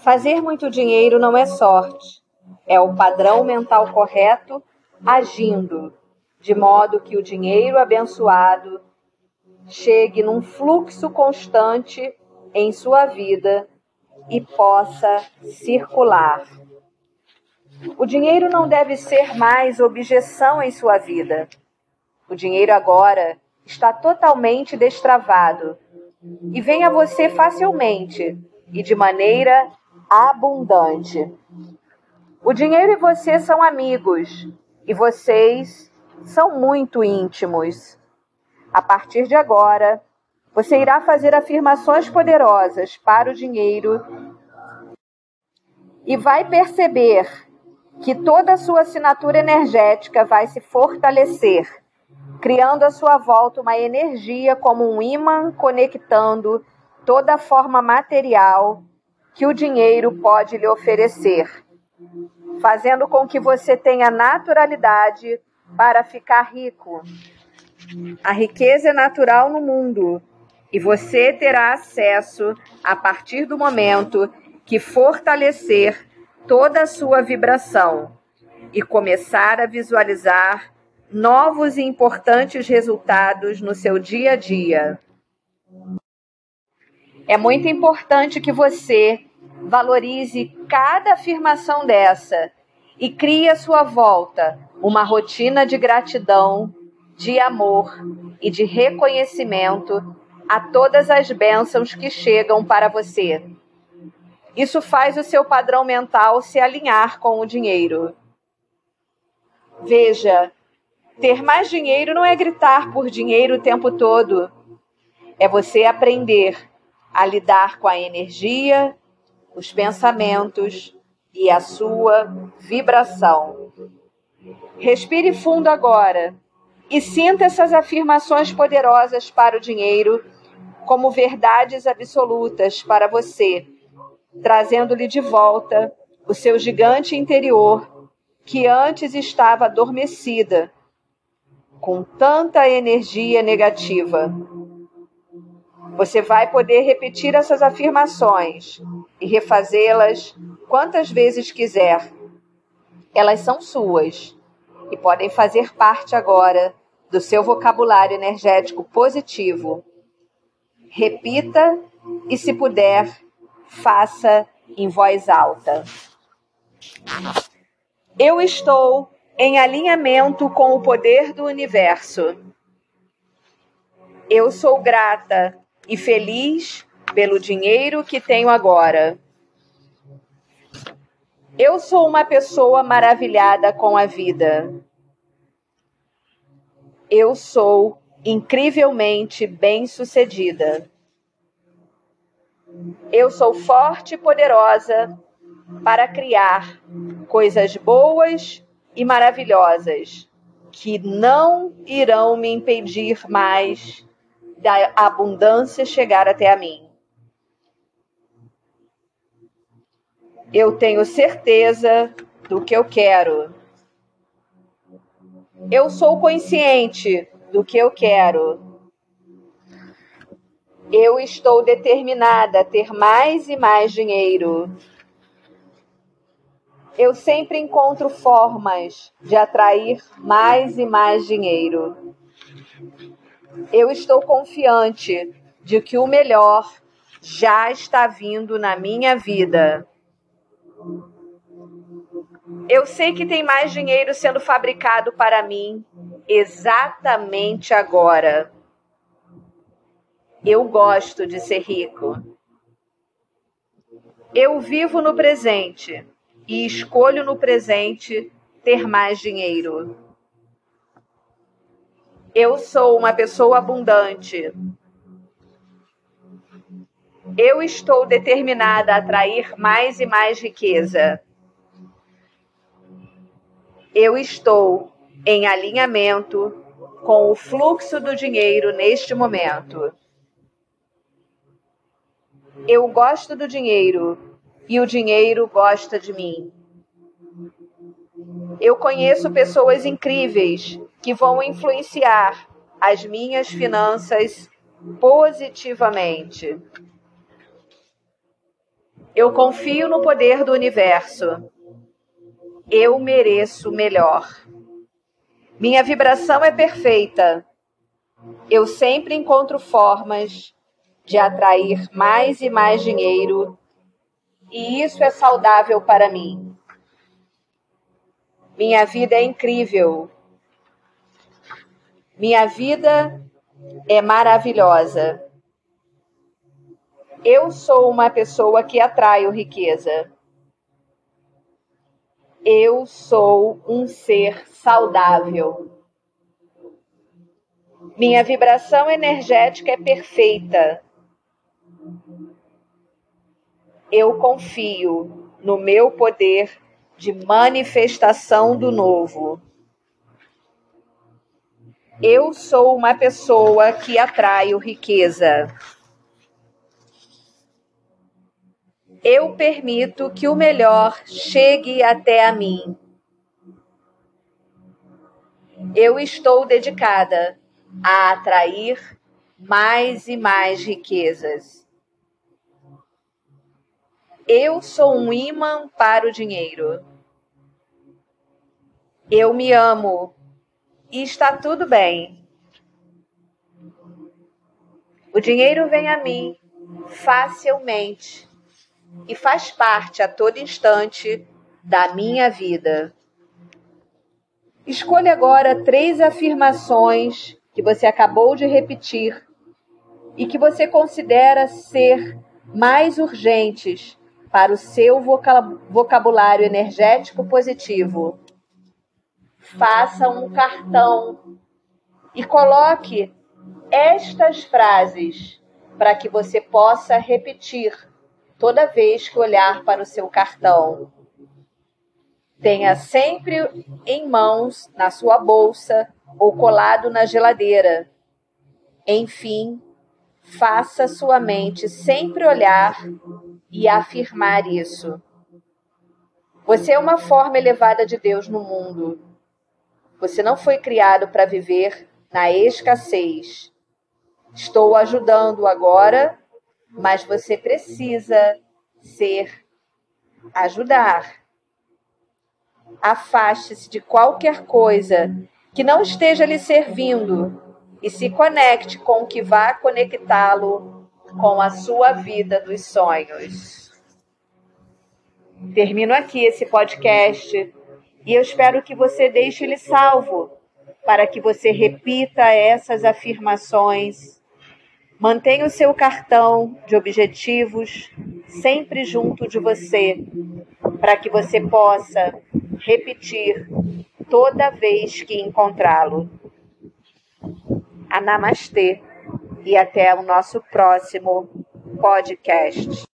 Fazer muito dinheiro não é sorte, é o padrão mental correto agindo, de modo que o dinheiro abençoado chegue num fluxo constante em sua vida e possa circular. O dinheiro não deve ser mais objeção em sua vida. O dinheiro agora está totalmente destravado e vem a você facilmente e de maneira abundante. O dinheiro e você são amigos e vocês são muito íntimos. A partir de agora, você irá fazer afirmações poderosas para o dinheiro e vai perceber que toda a sua assinatura energética vai se fortalecer, criando à sua volta uma energia como um ímã conectando toda a forma material que o dinheiro pode lhe oferecer, fazendo com que você tenha naturalidade para ficar rico. A riqueza é natural no mundo e você terá acesso a partir do momento que fortalecer toda a sua vibração e começar a visualizar novos e importantes resultados no seu dia a dia. É muito importante que você valorize cada afirmação dessa e crie à sua volta uma rotina de gratidão, de amor e de reconhecimento a todas as bênçãos que chegam para você. Isso faz o seu padrão mental se alinhar com o dinheiro. Veja, ter mais dinheiro não é gritar por dinheiro o tempo todo. É você aprender a lidar com a energia, os pensamentos e a sua vibração. Respire fundo agora e sinta essas afirmações poderosas para o dinheiro como verdades absolutas para você, trazendo-lhe de volta o seu gigante interior que antes estava adormecida com tanta energia negativa. Você vai poder repetir essas afirmações e refazê-las quantas vezes quiser. Elas são suas e podem fazer parte agora do seu vocabulário energético positivo. Repita e, se puder, faça em voz alta. Eu estou em alinhamento com o poder do universo. Eu sou grata e feliz pelo dinheiro que tenho agora. Eu sou uma pessoa maravilhada com a vida. Eu sou incrivelmente bem-sucedida. Eu sou forte e poderosa para criar coisas boas e maravilhosas que não irão me impedir mais da abundância chegar até a mim. Eu tenho certeza do que eu quero. Eu sou consciente do que eu quero. Eu estou determinada a ter mais e mais dinheiro. Eu sempre encontro formas de atrair mais e mais dinheiro. Eu estou confiante de que o melhor já está vindo na minha vida. Eu sei que tem mais dinheiro sendo fabricado para mim exatamente agora. Eu gosto de ser rico. Eu vivo no presente e escolho no presente ter mais dinheiro. Eu sou uma pessoa abundante. Eu estou determinada a atrair mais e mais riqueza. Eu estou em alinhamento com o fluxo do dinheiro neste momento. Eu gosto do dinheiro e o dinheiro gosta de mim. Eu conheço pessoas incríveis que vão influenciar as minhas finanças positivamente. Eu confio no poder do universo. Eu mereço melhor. Minha vibração é perfeita. Eu sempre encontro formas de atrair mais e mais dinheiro, e isso é saudável para mim. Minha vida é incrível. Minha vida é maravilhosa. Eu sou uma pessoa que atraio riqueza. Eu sou um ser saudável. Minha vibração energética é perfeita. Eu confio no meu poder de manifestação do novo. Eu sou uma pessoa que atraio riqueza. Eu permito que o melhor chegue até a mim. Eu estou dedicada a atrair mais e mais riquezas. Eu sou um imã para o dinheiro. Eu me amo e está tudo bem. O dinheiro vem a mim facilmente e faz parte a todo instante da minha vida. Escolha agora 3 afirmações que você acabou de repetir e que você considera ser mais urgentes para o seu vocabulário energético positivo. Faça um cartão e coloque estas frases para que você possa repetir toda vez que olhar para o seu cartão. Tenha sempre em mãos, na sua bolsa ou colado na geladeira. Enfim, faça sua mente sempre olhar e afirmar isso. Você é uma forma elevada de Deus no mundo. Você não foi criado para viver na escassez. Estou ajudando agora, mas você precisa ajudar. Afaste-se de qualquer coisa que não esteja lhe servindo e se conecte com o que vá conectá-lo com a sua vida dos sonhos. Termino aqui esse podcast e eu espero que você deixe ele salvo para que você repita essas afirmações. Mantenha o seu cartão de objetivos sempre junto de você, para que você possa repetir toda vez que encontrá-lo. Namastê e até o nosso próximo podcast.